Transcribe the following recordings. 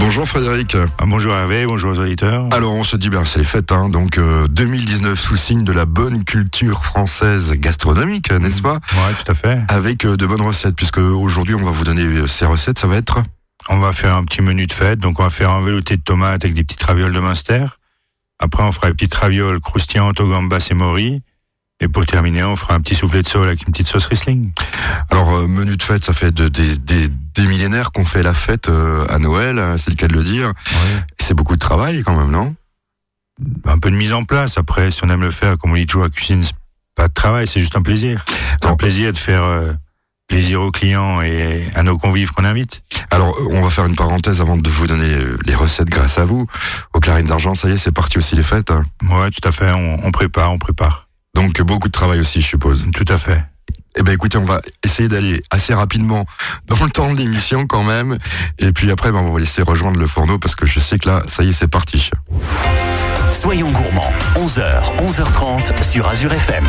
Bonjour Frédéric. Bonjour Hervé, bonjour aux auditeurs. Alors on se dit, c'est les fêtes, donc 2019 sous signe de la bonne culture française gastronomique, n'est-ce pas ? Ouais, tout à fait. Avec de bonnes recettes, puisque aujourd'hui on va vous donner ces recettes, ça va être... On va faire un petit menu de fête, donc on va faire un velouté de tomates avec des petites ravioles de Munster. Après on fera des petites ravioles croustillantes aux gambas et morilles. Et pour terminer, on fera un petit soufflé de sole avec une petite sauce Riesling. Alors, menu de fête, ça fait des millénaires qu'on fait la fête à Noël, c'est le cas de le dire. Ouais. C'est beaucoup de travail quand même, non ? Un peu de mise en place. Après, si on aime le faire, comme on dit toujours, la cuisine, c'est pas de travail, c'est juste un plaisir. C'est un plaisir de faire plaisir aux clients et à nos convives qu'on invite. Alors, on va faire une parenthèse avant de vous donner les recettes grâce à vous. Au Clarines d'Argent, ça y est, c'est parti aussi les fêtes. Ouais, tout à fait, on prépare. Donc, beaucoup de travail aussi, je suppose. Tout à fait. Eh ben, écoutez, on va essayer d'aller assez rapidement dans le temps de l'émission quand même. Et puis après, on va vous laisser rejoindre le fourneau parce que je sais que là, ça y est, c'est parti. Soyons gourmands, 11h, 11h30 sur Azure FM.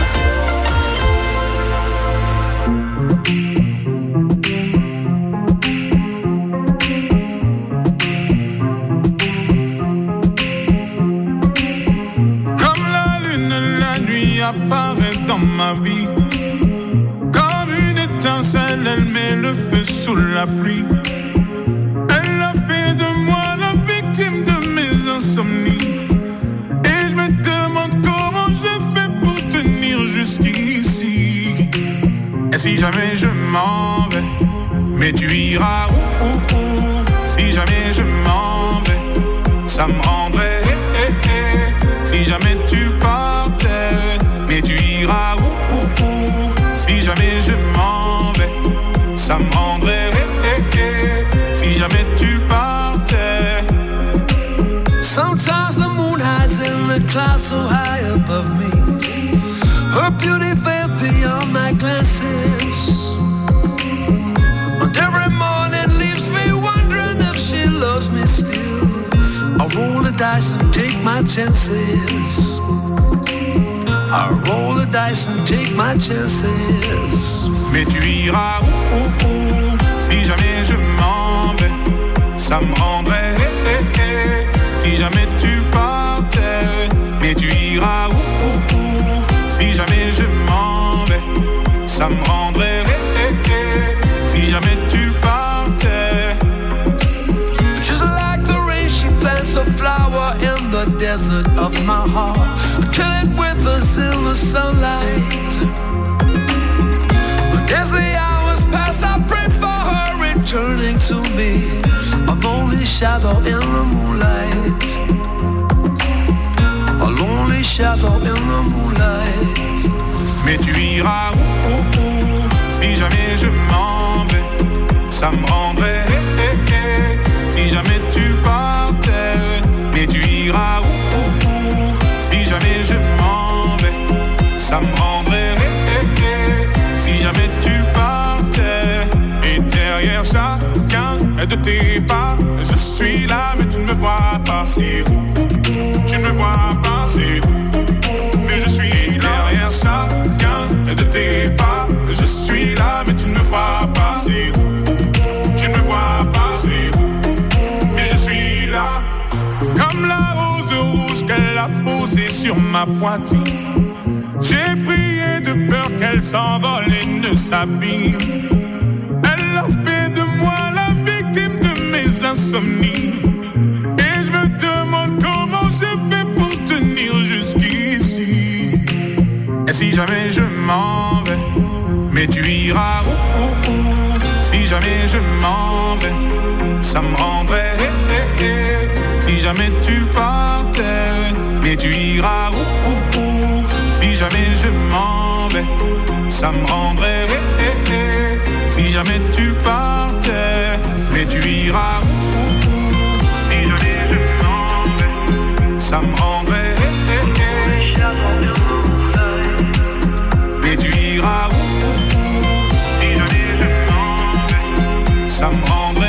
Apparaît dans ma vie comme une étincelle, elle met le feu sous la pluie. Elle a fait de moi la victime de mes insomnies. Et je me demande comment je fais pour tenir jusqu'ici. Et si jamais je m'en vais, mais tu iras où. Si jamais je m'en vais, ça me rendrait si jamais tu partais. Mais tu iras où. Si jamais je m'en vais, ça me rendrait si jamais tu partais. Sometimes the moon hides in the clouds so high above me. Her beauty fell beyond my glances. And every morning leaves me wondering if she loves me still. I roll the dice and take my chances. I roll the dice and take my chances. Mais tu iras où. Si jamais je m'en vais, ça me rendrait si jamais tu partais. Mais tu iras où. Si jamais je m'en vais, ça me rendrait si jamais tu partais. Just like the rain, she plants a flower in the desert of my heart. Kill it with us in the sunlight. But as the hours pass, I pray for her returning to me. A lonely shadow in the moonlight. A lonely shadow in the moonlight. Mais tu iras où. Si jamais je m'en vais, ça me rendrait si jamais tu partais. Mais tu iras où. Si jamais je m'en vais, ça me rendrait si jamais tu partais. Et derrière chacun de tes pas, je suis là mais tu ne me vois pas. C'est où. Tu ne me vois pas. C'est où. Mais je suis là. Derrière chacun de tes pas, je suis là mais tu ne me vois pas. C'est où. Tu ne me vois pas. C'est où. Mais je suis là. Comme la rose rouge qu'elle a posée sur ma poitrine. J'ai prié de peur qu'elle s'envole et ne s'abîme. Elle a fait de moi la victime de mes insomnies. Et je me demande comment je fais pour tenir jusqu'ici. Et si jamais je m'en vais, mais tu iras où. Si jamais je m'en vais, ça me rendrait si jamais tu partais. Mais tu iras où. Si jamais je m'en vais, ça me rendrait si jamais tu partais. Mais tu iras où. Si jamais je m'en vais, ça me rendrait mais tu iras où. Si jamais je m'en vais, ça me rendrait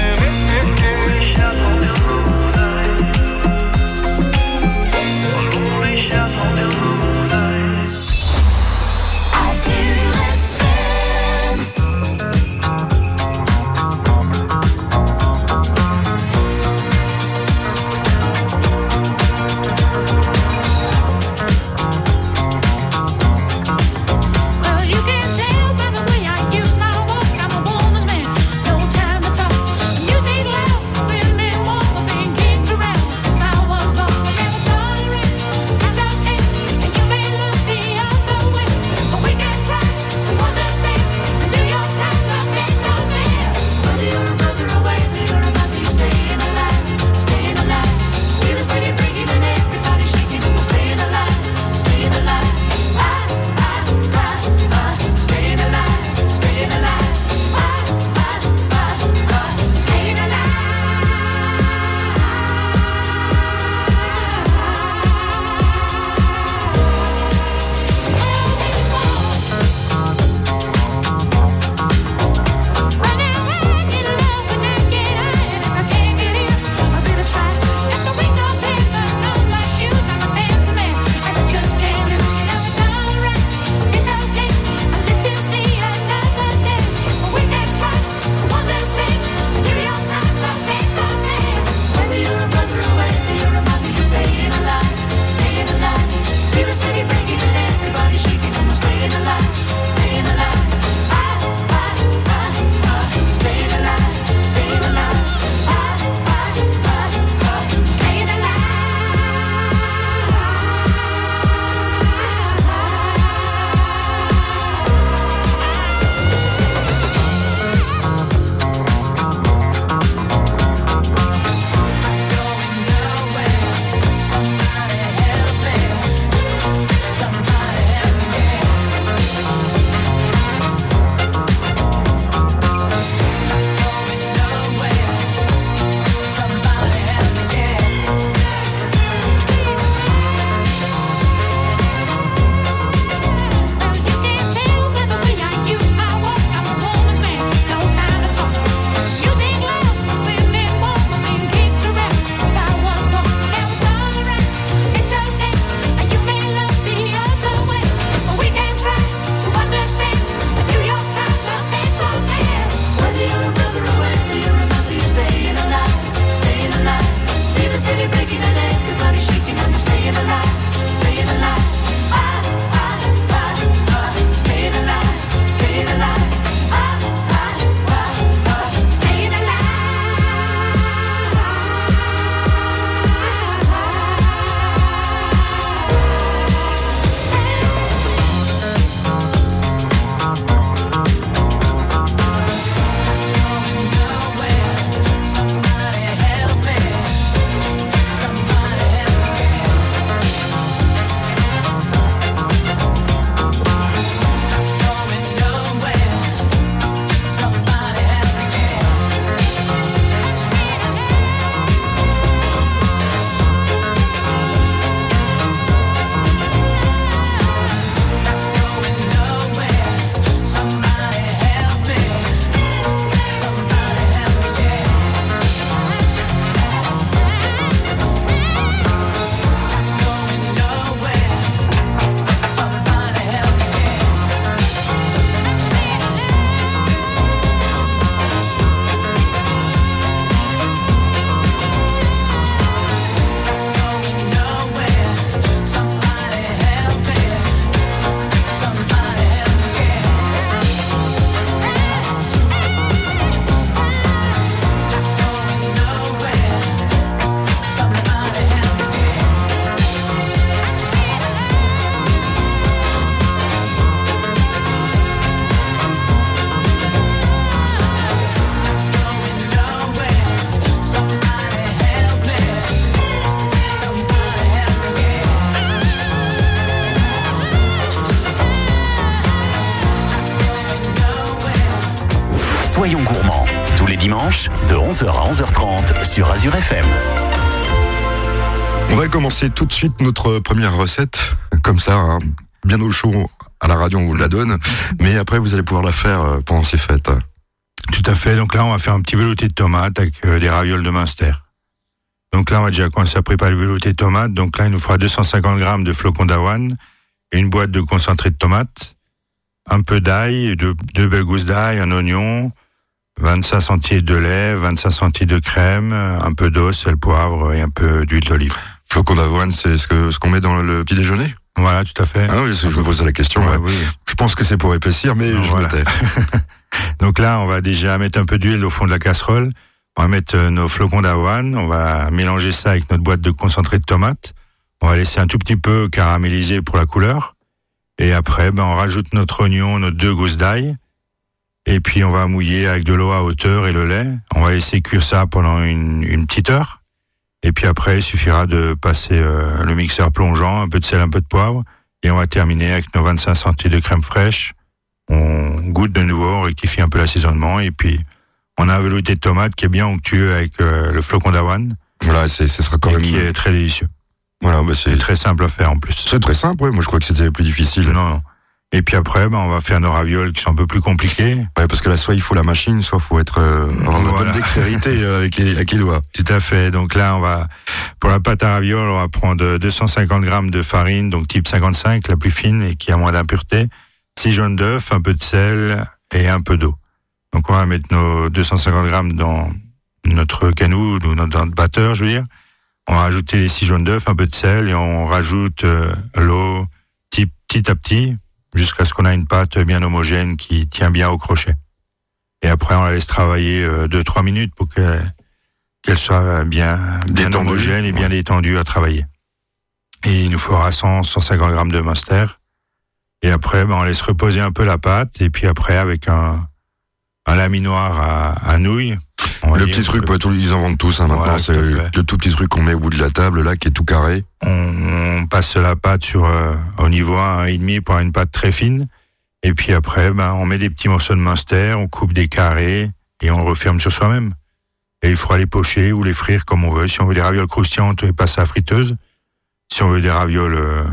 dimanche, de 11h à 11h30 sur Azure FM. On va commencer tout de suite notre première recette, comme ça, hein, bien au chaud à la radio, on vous la donne, mais après vous allez pouvoir la faire pendant ces fêtes. Tout à fait, donc là on va faire un petit velouté de tomates avec des ravioles de Munster. Donc là on va déjà commencer à préparer le velouté de tomates, donc là il nous fera 250 grammes de flocons d'avoine, une boîte de concentré de tomates, un peu d'ail, deux belles gousses d'ail, un oignon, 25 centilitres de lait, 25 centilitres de crème, un peu d'eau, sel, poivre et un peu d'huile d'olive. Flocons d'avoine, c'est ce qu'on met dans le petit déjeuner ? Voilà, tout à fait. Ah oui, je me posais la question. Ouais, ouais. oui. Je pense que c'est pour épaissir, mais je me tais. Donc là, on va déjà mettre un peu d'huile au fond de la casserole. On va mettre nos flocons d'avoine. On va mélanger ça avec notre boîte de concentré de tomates. On va laisser un tout petit peu caraméliser pour la couleur. Et après, on rajoute notre oignon, nos 2 gousses d'ail. Et puis, on va mouiller avec de l'eau à hauteur et le lait. On va laisser cuire ça pendant une petite heure. Et puis après, il suffira de passer le mixeur plongeant, un peu de sel, un peu de poivre. Et on va terminer avec nos 25 centilitres de crème fraîche. On goûte de nouveau, on rectifie un peu l'assaisonnement. Et puis, on a un velouté de tomate qui est bien onctueux avec le flocon d'avoine. Voilà, ce sera quand même... qui est très délicieux. Voilà, c'est très simple à faire en plus. C'est très simple, ouais. Moi je crois que c'était plus difficile. Non. Et puis après, on va faire nos ravioles qui sont un peu plus compliquées. Ouais, parce que là, soit il faut la machine, soit il faut avoir une bonne dextérité avec les doigts. Tout à fait. Donc là, pour la pâte à ravioles, on va prendre 250 grammes de farine, donc type 55, la plus fine et qui a moins d'impureté, 6 jaunes d'œufs, un peu de sel et un peu d'eau. Donc on va mettre nos 250 grammes dans notre canoud ou dans notre batteur, je veux dire. On va rajouter les 6 jaunes d'œufs, un peu de sel et on rajoute l'eau petit à petit jusqu'à ce qu'on a une pâte bien homogène qui tient bien au crochet. Et après, on la laisse travailler 2-3 minutes pour qu'elle soit bien homogène et bien détendue à travailler. Et il nous faudra 150 grammes de Munster. Et après, on laisse reposer un peu la pâte. Et puis après, avec un laminoir à nouilles. Le petit truc, ils en vendent tous maintenant. Voilà, c'est le tout petit truc qu'on met au bout de la table, là, qui est tout carré. On passe la pâte au niveau 1,5 pour avoir une pâte très fine. Et puis après, on met des petits morceaux de Munster, on coupe des carrés et on le referme sur soi-même. Et il faudra les pocher ou les frire comme on veut. Si on veut des ravioles croustillantes, on passe à la friteuse. Si on veut des ravioles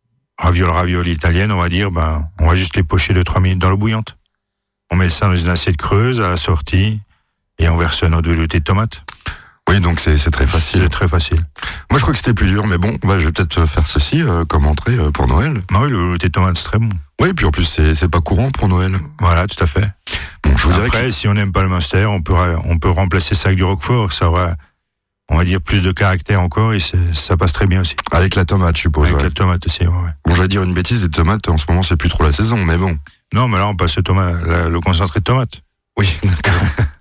italiennes, on va dire, on va juste les pocher 2-3 minutes dans l'eau bouillante. On met ça dans une assiette creuse à la sortie et on verse notre velouté de tomate. Oui, donc c'est très facile. C'est très facile. Moi, je crois que c'était plus dur, mais bon, je vais peut-être faire ceci comme entrée pour Noël. Oui, le velouté de tomate, c'est très bon. Oui, puis en plus, c'est pas courant pour Noël. Voilà, tout à fait. Bon, je vous dirais après, si on n'aime pas le Munster, on peut remplacer ça avec du Roquefort. Ça aura, on va dire, plus de caractère encore et ça passe très bien aussi. Avec la tomate, je suppose. Avec la tomate aussi, ouais. Bon, j'allais dire une bêtise, les tomates, en ce moment, c'est plus trop la saison, mais bon. Non, mais là, on passe le concentré de tomate. Oui, d'accord.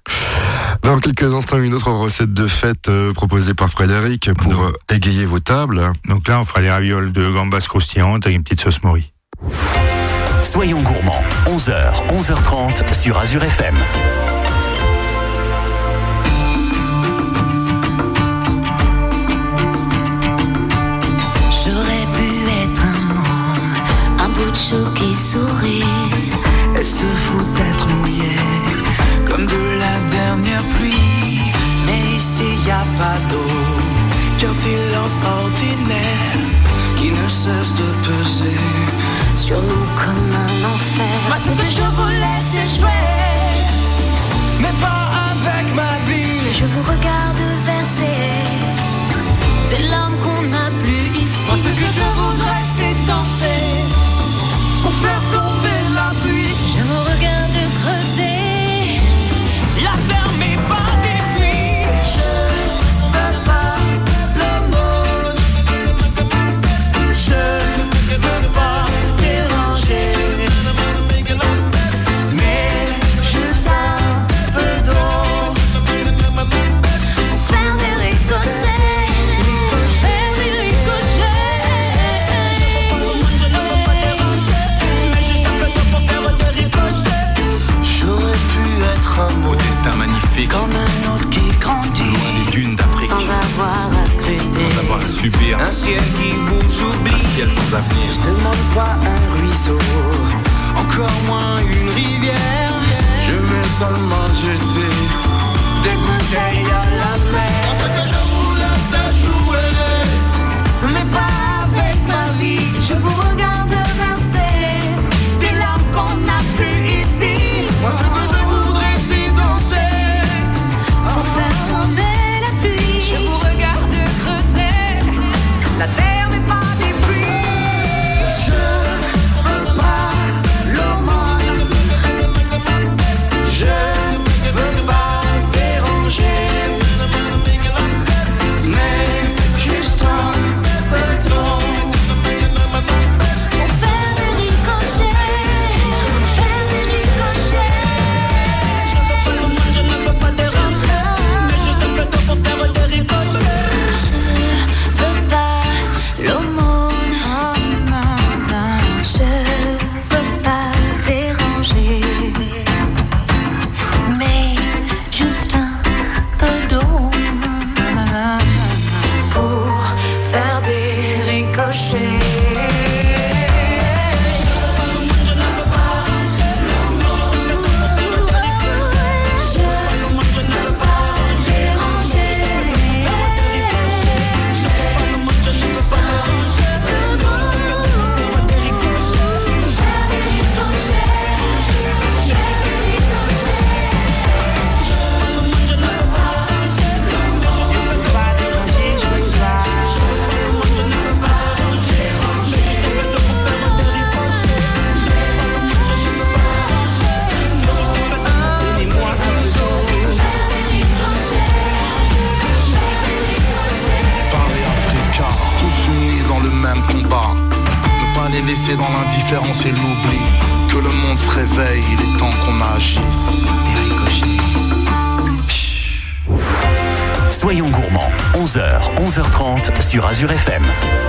Dans quelques instants, une autre recette de fête proposée par Frédéric pour égayer vos tables. Donc là, on fera les ravioles de gambas croustillantes avec une petite sauce mori. Soyons gourmands, 11h, 11h30 sur Azure FM. J'aurais pu être un môme, un bout de chou qui sourit. Elle se fout d'être mouillée comme de la dernière pluie. Mais ici y a pas d'eau qu'un silence ordinaire qui ne cesse de peser sur nous comme un enfer. Moi ce que je vous laisse échouer, mais pas avec ma vie. Je vous regarde verser des larmes qu'on n'a plus ici. Moi ce que je voudrais c'est danser pour faire tomber la pluie. Je vous regarde creuser la ferme est pas des pluies. Je veux pas le monde, je veux pas déranger, mais juste un peu d'eau pour faire des ricochets, faire des ricochets. Je ne veux pas déranger, mais juste un peu d'eau pour faire des ricochets. J'aurais pu être un mot, au destin magnifique, comme un autre qui grandit loin des dunes d'Afrique, sans avoir à scruter, sans avoir à subir un ciel qui vous oublie, un ciel sans avenir. Je demande pas un ruisseau, encore moins une rivière. Je veux seulement jeter des bouteilles à la mer. Parce que je vous laisse jouer, Mais pas avec ma vie. Je vous regarde verser des larmes qu'on n'a plus ici. moi ce que je voudrais c'est danser. Pour faire tomber la pluie. Je vous regarde creuser La terre n'est pas des pluies. Je veux pas l'aumône, je veux pas déranger, mais juste un peu trop. pour faire des ricochets, faire des ricochets. Je ne veux pas te rentrer, mais juste un peu trop pour faire des ricochets. Je veux pas l'aumône, je veux pas déranger, mais juste un peu d'eau pour faire des ricochets. Parler africain, tous unis dans le même combat. Ne pas les laisser dans l'indifférence et l'oubli. Que le monde se réveille, il est temps qu'on agisse. Des ricochets. Soyons gourmands, 11h, 11h30 sur Azure FM.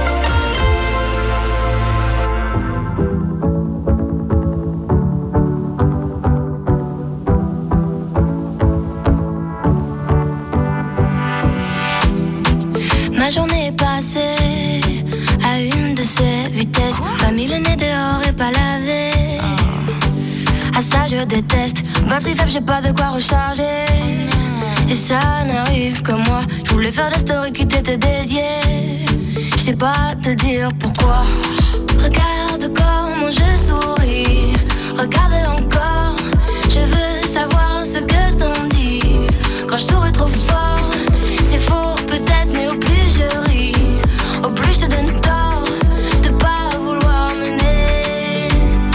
Ma journée est passée à une de ces vitesses. Pas mis le nez dehors et pas lavé. À ça je déteste. Batterie faible, j'ai pas de quoi recharger. Et ça n'arrive que moi. Je voulais faire des stories qui t'étaient dédiées. Je sais pas te dire pourquoi. Regarde comment je souris. Regarde encore. Je veux savoir ce que t'en dis. Quand je souris trop fort, c'est faux peut-être, mais au plus je ris, au plus je te donne tort de pas vouloir m'aimer.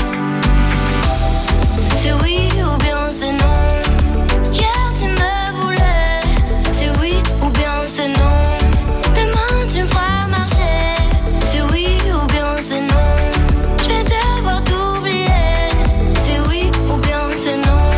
C'est oui ou bien c'est non. Hier tu me voulais. C'est oui ou bien c'est non. Demain tu me feras marcher. C'est oui ou bien c'est non. Je vais devoir t'oublier. C'est oui ou bien c'est non.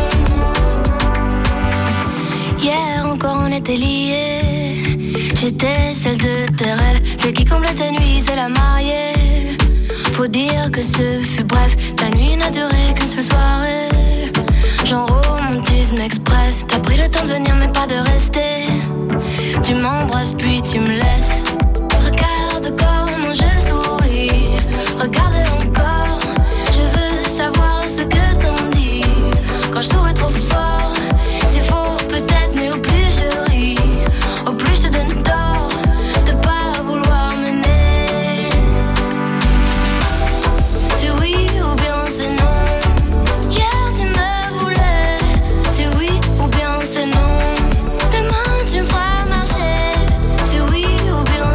Hier encore on était liés. J'étais celle de tes rêves, celle qui comblait tes nuits, c'est la mariée. Faut dire que ce fut bref, ta nuit n'a duré qu'une seule soirée. Genre romantisme express, t'as pris le temps de venir mais pas de rester. Tu m'embrasses puis tu me laisses. Regarde comment je souris, regarde encore. Je veux savoir ce que t'en dis. Quand je souris trop fort, c'est faux peut-être, mais au plus je ris, au plus je te donne tort de pas vouloir m'aimer. C'est oui ou bien c'est non. Hier tu me voulais. C'est oui ou bien c'est non. Demain tu me feras marcher. C'est oui ou bien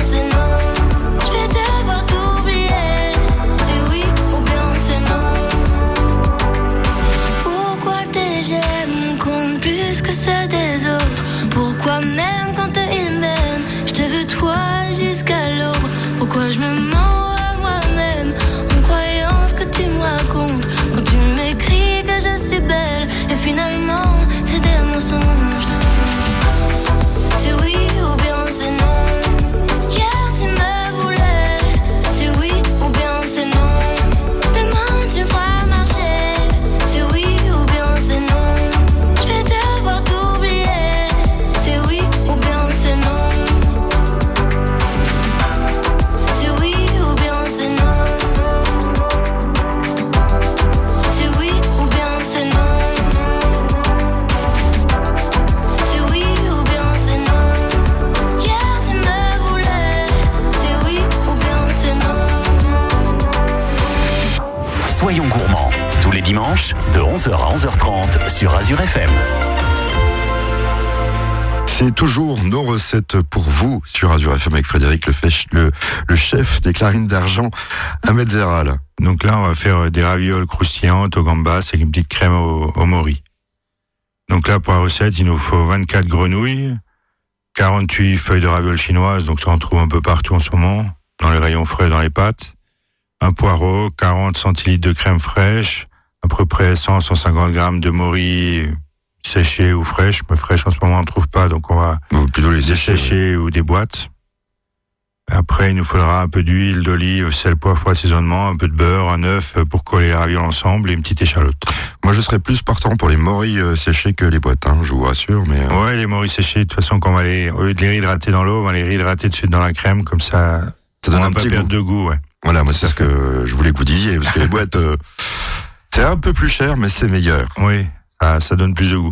dimanche, de 11h à 11h30 sur Azure FM. C'est toujours nos recettes pour vous sur Azure FM avec Frédéric, le chef des clarines d'argent à Metzeral. Donc là, on va faire des ravioles croustillantes au gambas avec une petite crème au mori. Donc là, pour la recette, il nous faut 24 grenouilles, 48 feuilles de ravioles chinoises, donc ça on trouve un peu partout en ce moment, dans les rayons frais, dans les pâtes, un poireau, 40 centilitres de crème fraîche, à peu près 100-150 grammes de mori séchée ou fraîche. Mais fraîche en ce moment on ne trouve pas, donc on va plutôt les sécher ou des boîtes. Après, il nous faudra un peu d'huile d'olive, sel, poivre, assaisonnement, un peu de beurre, un œuf pour coller les ravioles ensemble et une petite échalote. Moi, je serais plus partant pour les moris séchés que les boîtes, je vous rassure. Mais Ouais, les moris séchés, de toute façon, au lieu de les réhydrater dans l'eau, on va les réhydrater de suite dans la crème, comme ça donne un petit perdre de goût. Ouais. Voilà, moi, c'est ce que je voulais que vous disiez, parce que les boîtes, c'est un peu plus cher, mais c'est meilleur. Oui, ça donne plus de goût.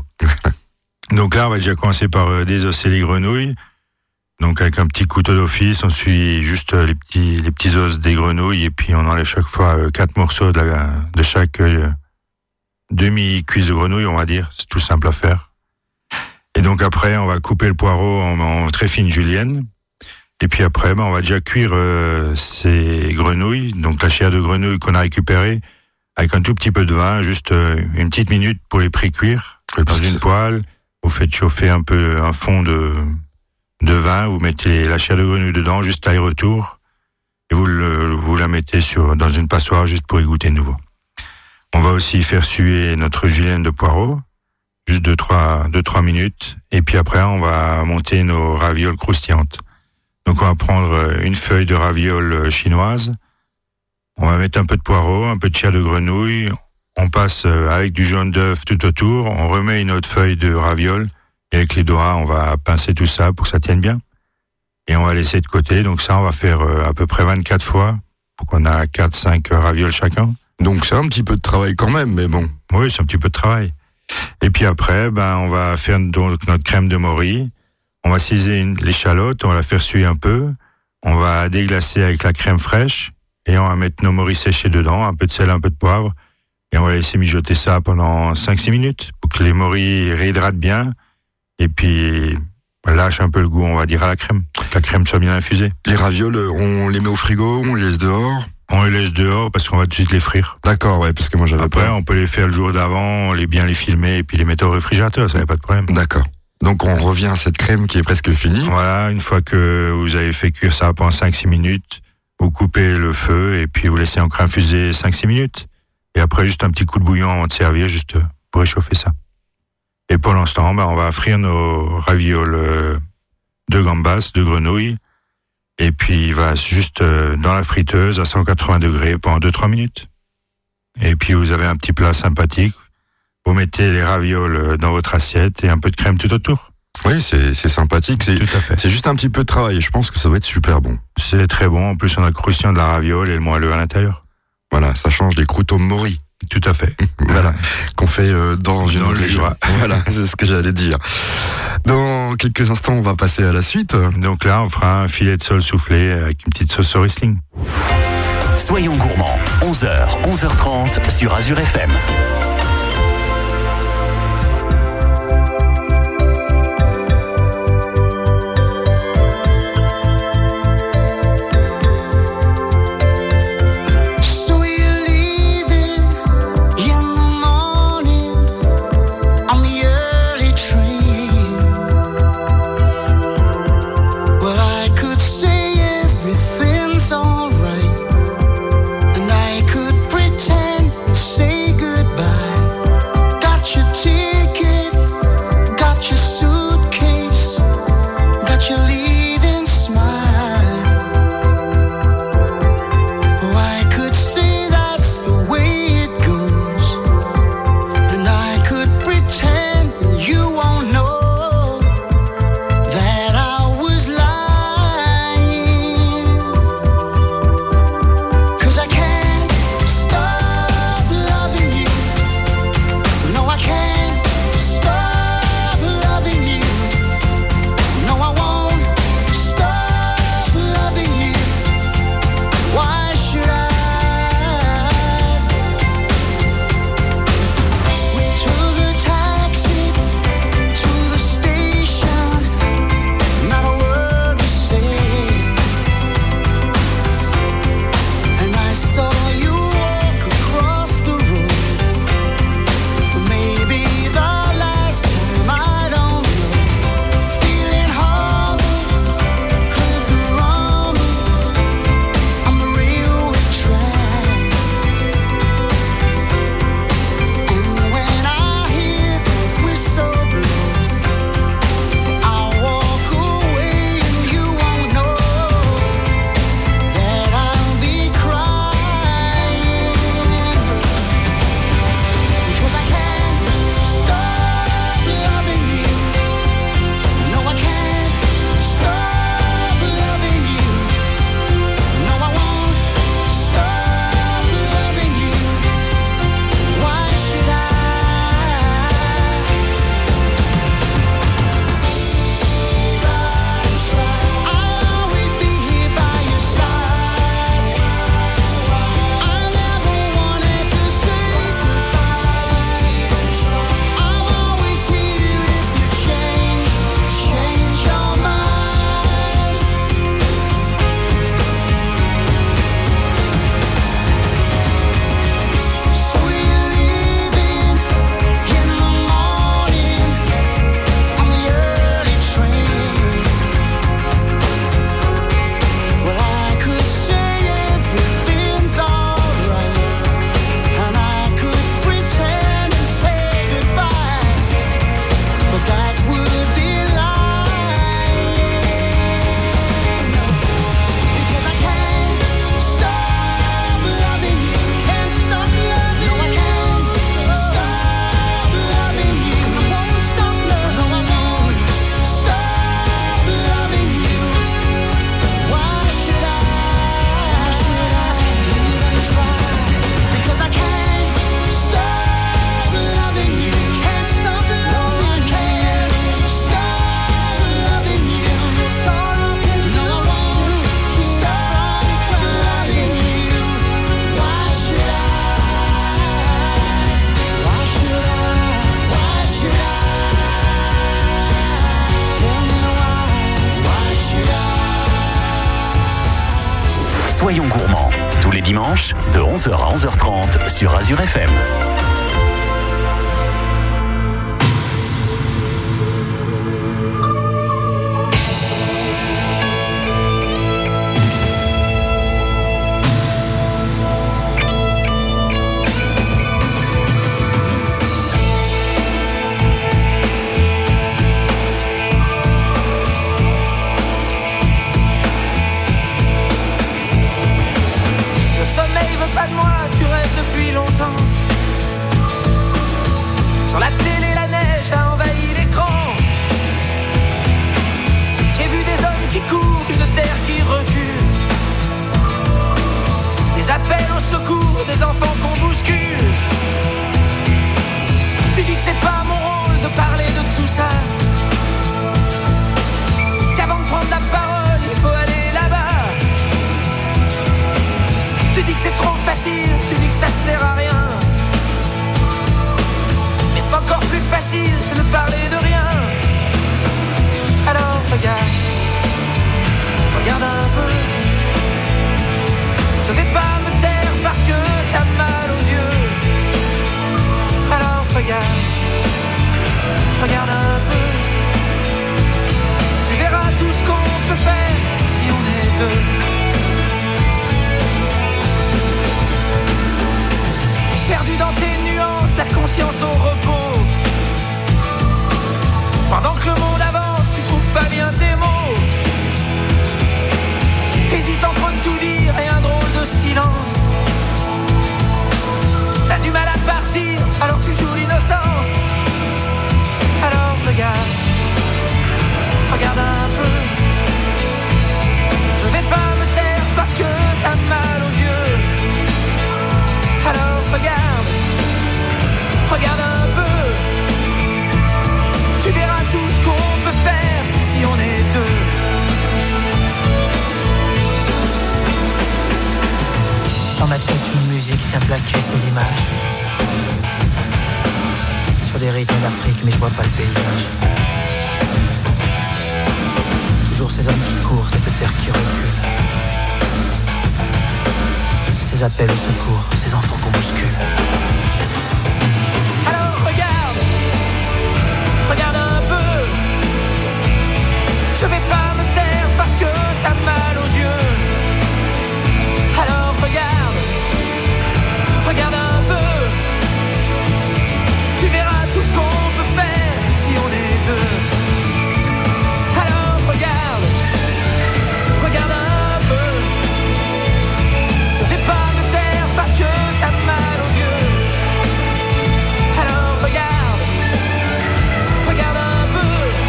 Donc là, on va déjà commencer par désosser les grenouilles. Donc avec un petit couteau d'office, on suit juste les petits os des grenouilles et puis on enlève chaque fois 4 morceaux de chaque demi-cuisse de grenouille, on va dire. C'est tout simple à faire. Et donc après, on va couper le poireau en très fine julienne. Et puis après, on va déjà cuire ces grenouilles, donc la chair de grenouille qu'on a récupérée, avec un tout petit peu de vin, juste une petite minute pour les pré-cuire dans une poêle. Vous faites chauffer un peu un fond de vin, vous mettez la chair de grenouille dedans, juste aller-retour, et vous la mettez dans une passoire juste pour y goûter de nouveau. On va aussi faire suer notre julienne de poireau, juste 2-3 minutes, et puis après on va monter nos ravioles croustillantes. Donc on va prendre une feuille de ravioles chinoise, on va mettre un peu de poireau, un peu de chair de grenouille, on passe avec du jaune d'œuf tout autour, on remet une autre feuille de ravioles, et avec les doigts, on va pincer tout ça pour que ça tienne bien. Et on va laisser de côté. Donc ça, on va faire à peu près 24 fois pour qu'on a 4-5 ravioles chacun. Donc c'est un petit peu de travail quand même, mais bon. Oui, c'est un petit peu de travail. Et puis après, on va faire donc notre crème de mori. On va ciser l'échalote, on va la faire suer un peu. On va déglacer avec la crème fraîche. Et on va mettre nos moris séchés dedans, un peu de sel, un peu de poivre. Et on va laisser mijoter ça pendant 5-6 minutes pour que les moris réhydratent bien. Et puis, lâche un peu le goût, on va dire, à la crème. Que la crème soit bien infusée. Les ravioles, on les met au frigo, on les laisse dehors? On les laisse dehors parce qu'on va tout de suite les frire. D'accord, ouais, parce que moi j'avais Après, on peut les faire le jour d'avant, bien les filmer et puis les mettre au réfrigérateur, ça n'a pas de problème. D'accord. Donc on revient à cette crème qui est presque finie. Voilà, une fois que vous avez fait cuire ça pendant 5-6 minutes, vous coupez le feu et puis vous laissez encore infuser 5-6 minutes. Et après, juste un petit coup de bouillon avant de servir, juste pour réchauffer ça. Et pour l'instant, on va frire nos ravioles de gambas, de grenouille. Et puis, il va juste dans la friteuse à 180 degrés pendant 2-3 minutes. Et puis, vous avez un petit plat sympathique. Vous mettez les ravioles dans votre assiette et un peu de crème tout autour. Oui, c'est sympathique. Tout à fait. C'est juste un petit peu de travail. Je pense que ça va être super bon. C'est très bon. En plus, on a le croustillant de la raviole et le moelleux à l'intérieur. Voilà, ça change des croûtons de mori. Tout à fait. Voilà, qu'on fait dans une le Jura. Voilà, c'est ce que j'allais dire. Dans quelques instants, on va passer à la suite. Donc là, on fera un filet de sole soufflé avec une petite sauce au Riesling. Soyons gourmands, 11h, 11h30 sur Azure FM. Alright, and I could pretend, say goodbye. Soyons gourmands, tous les dimanches, de 11h à 11h30 sur Azure FM. Pas de moi, tu rêves depuis longtemps. Sur la télé, la neige a envahi l'écran. J'ai vu des hommes qui courent, une terre qui recule. Des appels au secours, des enfants qu'on bouscule. Tu dis que c'est pas mon rôle de parler de tout ça. Qu'avant de prendre la parole, il faut aller là-bas. Tu dis que c'est trop facile, tu dis que ça sert à rien. Mais c'est encore plus facile de ne parler de rien. Alors regarde, regarde un peu. Je vais pas me taire parce que t'as mal aux yeux. Alors regarde, regarde un peu. Tu verras tout ce qu'on peut faire si on est deux. Perdu dans tes nuances, la conscience au repos. Pendant que le monde avance, tu trouves pas bien tes mots. T'hésites entre tout dire et un drôle de silence. T'as du mal à partir, alors tu joues l'innocence. Alors regarde, regarde un peu. Je vais pas me taire parce que t'as mal aux yeux. Alors regarde, regarde un peu. Tu verras tout ce qu'on peut faire si on est deux. Dans ma tête, une musique vient plaquer ces images. Sur des rythmes d'Afrique, mais je vois pas le paysage. Toujours ces hommes qui courent, cette terre qui recule. Ces appels au secours, ces enfants qu'on bouscule. Alors regarde, regarde un peu. Je vais pas me taire parce que t'as mal aux yeux. Alors regarde, regarde un peu. Tu verras tout ce qu'on peut faire si on est deux. Alors regarde, regarde un peu. Je vais pas me taire parce que t'as mal aux yeux. Alors regarde, regarde un peu.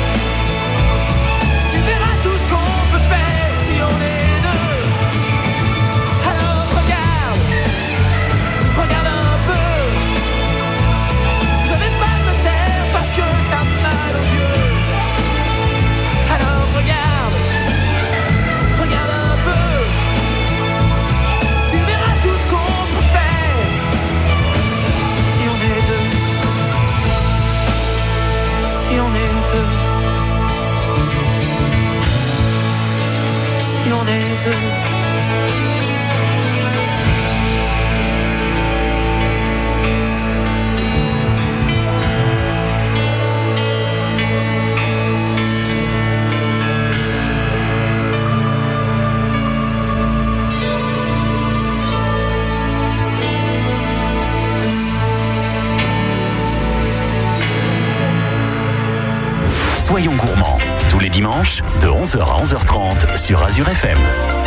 Tu verras tout ce qu'on peut faire si on est deux. Alors regarde, regarde un peu. Je vais pas me taire parce que t'as mal aux yeux. Alors regarde, regarde un peu. Tu verras tout ce qu'on peut faire si on est deux. Si on est deux. Si on est deux. Soyons gourmands, tous les dimanches, de 11h à 11h30 sur Azure FM.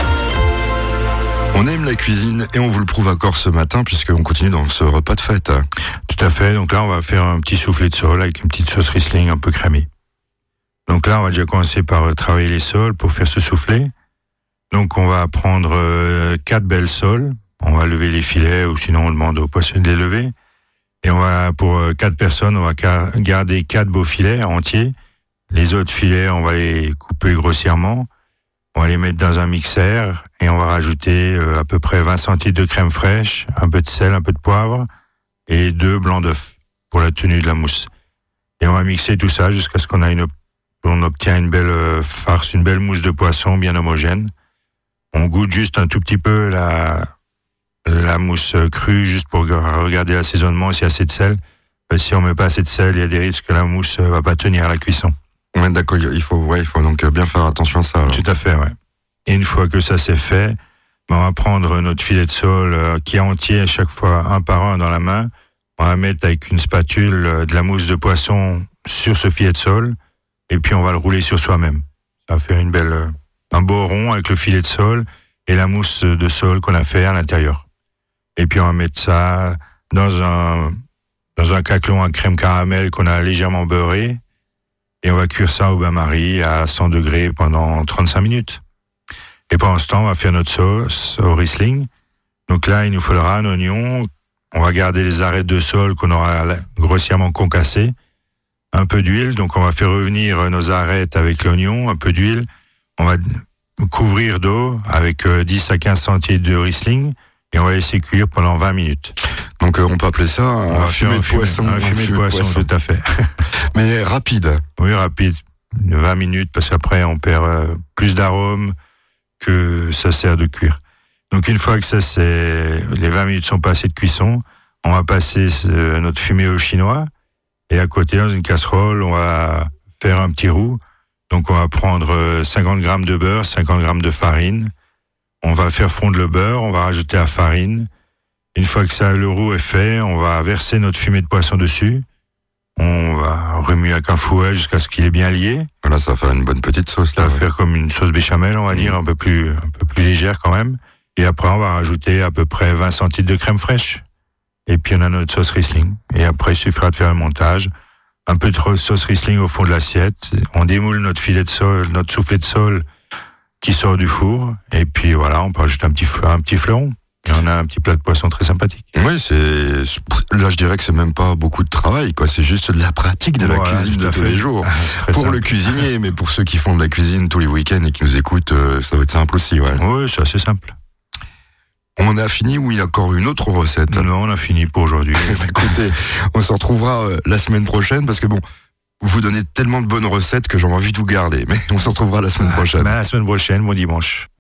On aime la cuisine et on vous le prouve encore ce matin puisqu'on continue dans ce repas de fête. Tout à fait, donc là on va faire un petit soufflé de sol avec une petite sauce Riesling un peu crémée. Donc là on va déjà commencer par travailler les sols pour faire ce soufflé. Donc on va prendre 4 belles sols, on va lever les filets ou sinon on demande aux poissonniers de les lever. Et on va, pour 4 personnes, on va garder 4 beaux filets entiers. Les autres filets, on va les couper grossièrement. On va les mettre dans un mixeur et on va rajouter à peu près 20 centilitres de crème fraîche, un peu de sel, un peu de poivre et 2 blancs d'œufs pour la tenue de la mousse. Et on va mixer tout ça jusqu'à ce qu'on obtient une belle farce, une belle mousse de poisson bien homogène. On goûte juste un tout petit peu la mousse crue, juste pour regarder l'assaisonnement, s'il y a assez de sel. Si on met pas assez de sel, il y a des risques que la mousse va pas tenir à la cuisson. Ouais, d'accord, il faut donc bien faire attention à ça. Alors. Tout à fait, ouais. Et une fois que ça c'est fait, on va prendre notre filet de sole qui est entier à chaque fois, un par un dans la main. On va mettre avec une spatule de la mousse de poisson sur ce filet de sole, et puis on va le rouler sur soi-même. Ça va faire un beau rond avec le filet de sole et la mousse de sole qu'on a fait à l'intérieur. Et puis on va mettre ça dans un caclon à crème caramel qu'on a légèrement beurré, et on va cuire ça au bain-marie à 100 degrés pendant 35 minutes. Et pendant ce temps, on va faire notre sauce au Riesling. Donc là, il nous faudra un oignon. On va garder les arêtes de sole qu'on aura grossièrement concassées. Un peu d'huile. Donc on va faire revenir nos arêtes avec l'oignon, un peu d'huile. On va couvrir d'eau avec 10 à 15 centilitres de Riesling. Et on va laisser cuire pendant 20 minutes. Donc on peut appeler ça un fumé de poisson. Un fumé de poisson, tout à fait. Mais rapide. Oui, rapide. 20 minutes, parce qu'après on perd plus d'arômes que ça sert de cuire. Donc une fois que les 20 minutes sont passées de cuisson, on va passer notre fumée au chinois, et à côté, dans une casserole, on va faire un petit roux. Donc on va prendre 50 grammes de beurre, 50 grammes de farine. On va faire fondre le beurre, on va rajouter la farine. Une fois que le roux est fait, on va verser notre fumée de poisson dessus. On va remuer avec un fouet jusqu'à ce qu'il est bien lié. Voilà, ça va faire une bonne petite sauce. Ça va faire comme une sauce béchamel, on va dire, un peu plus légère quand même. Et après, on va rajouter à peu près 20 centilitres de crème fraîche. Et puis, on a notre sauce Riesling. Et après, il suffira de faire le montage. Un peu de sauce Riesling au fond de l'assiette. On démoule notre filet de sole, notre soufflet de sole qui sort du four. Et puis, voilà, on peut rajouter un petit fleuron. Et on a un petit plat de poisson très sympathique. Oui, là je dirais que c'est même pas beaucoup de travail, quoi. C'est juste de la pratique de la cuisine de tous les jours. Pour simple. Le cuisinier, mais pour ceux qui font de la cuisine tous les week-ends et qui nous écoutent, ça va être simple aussi, ouais. Oui, c'est assez simple. On a fini ou il y a encore une autre recette? Non, on a fini pour aujourd'hui. Écoutez, on se retrouvera la semaine prochaine parce que bon, vous donnez tellement de bonnes recettes que j'ai envie de vous garder. Mais on se retrouvera la semaine prochaine. La semaine prochaine, bon dimanche.